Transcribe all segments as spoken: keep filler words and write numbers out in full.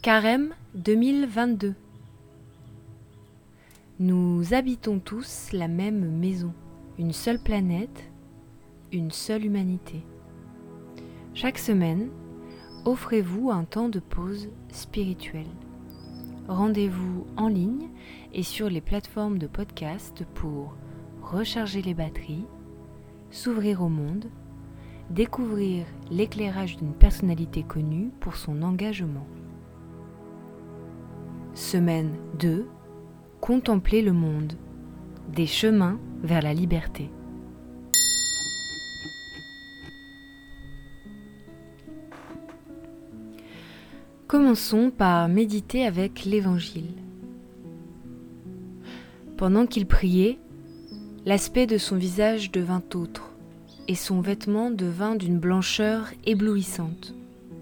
Carême deux mille vingt-deux. Nous habitons tous la même maison, une seule planète, une seule humanité. Chaque semaine, offrez-vous un temps de pause spirituelle. Rendez-vous en ligne et sur les plateformes de podcast pour recharger les batteries, s'ouvrir au monde, découvrir l'éclairage d'une personnalité connue pour son engagement. Semaine deux. Contempler le monde. Des chemins vers la liberté. Commençons par méditer avec l'Évangile. Pendant qu'il priait, l'aspect de son visage devint autre, et son vêtement devint d'une blancheur éblouissante.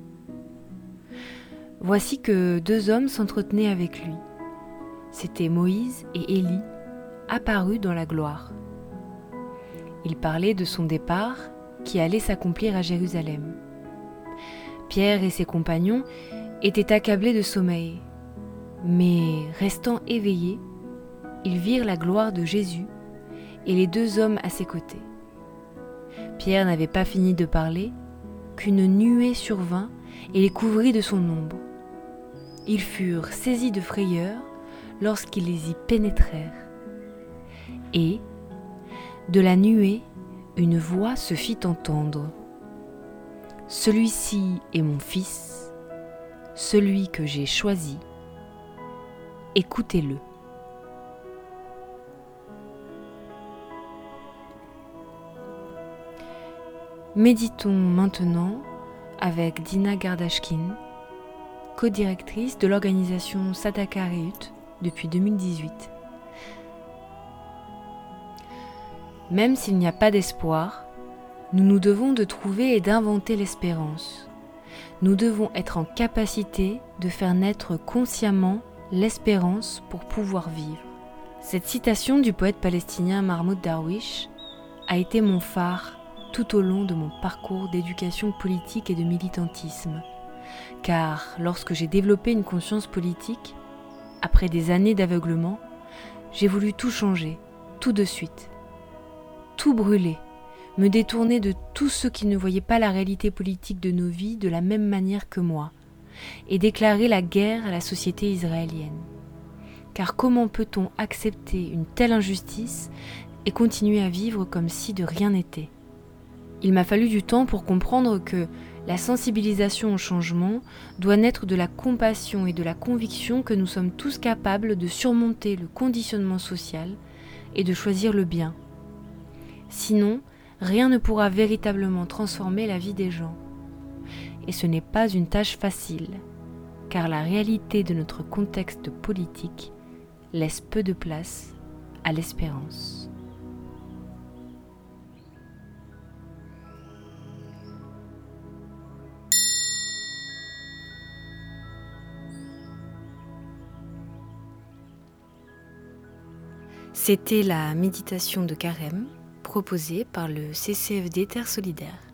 Voici que deux hommes s'entretenaient avec lui. C'étaient Moïse et Élie, apparus dans la gloire. Ils parlaient de son départ qui allait s'accomplir à Jérusalem. Pierre et ses compagnons étaient accablés de sommeil, mais restant éveillés, ils virent la gloire de Jésus et les deux hommes à ses côtés. Pierre n'avait pas fini de parler qu'une nuée survint et les couvrit de son ombre. Ils furent saisis de frayeur lorsqu'ils y pénétrèrent. Et, de la nuée, une voix se fit entendre. « Celui-ci est mon fils, celui que j'ai choisi. Écoutez-le. » Méditons maintenant avec Dina Gardashkin, co-directrice de l'organisation Sadaka Reut depuis deux mille dix-huit. Même s'il n'y a pas d'espoir, nous nous devons de trouver et d'inventer l'espérance. Nous devons être en capacité de faire naître consciemment l'espérance pour pouvoir vivre. Cette citation du poète palestinien Mahmoud Darwish a été mon phare tout au long de mon parcours d'éducation politique et de militantisme. Car lorsque j'ai développé une conscience politique, après des années d'aveuglement, j'ai voulu tout changer, tout de suite. Tout brûler, me détourner de tous ceux qui ne voyaient pas la réalité politique de nos vies de la même manière que moi, et déclarer la guerre à la société israélienne. Car comment peut-on accepter une telle injustice et continuer à vivre comme si de rien n'était ? Il m'a fallu du temps pour comprendre que la sensibilisation au changement doit naître de la compassion et de la conviction que nous sommes tous capables de surmonter le conditionnement social et de choisir le bien. Sinon, rien ne pourra véritablement transformer la vie des gens. Et ce n'est pas une tâche facile, car la réalité de notre contexte politique laisse peu de place à l'espérance. C'était la méditation de Carême proposée par le C C F D Terre Solidaire.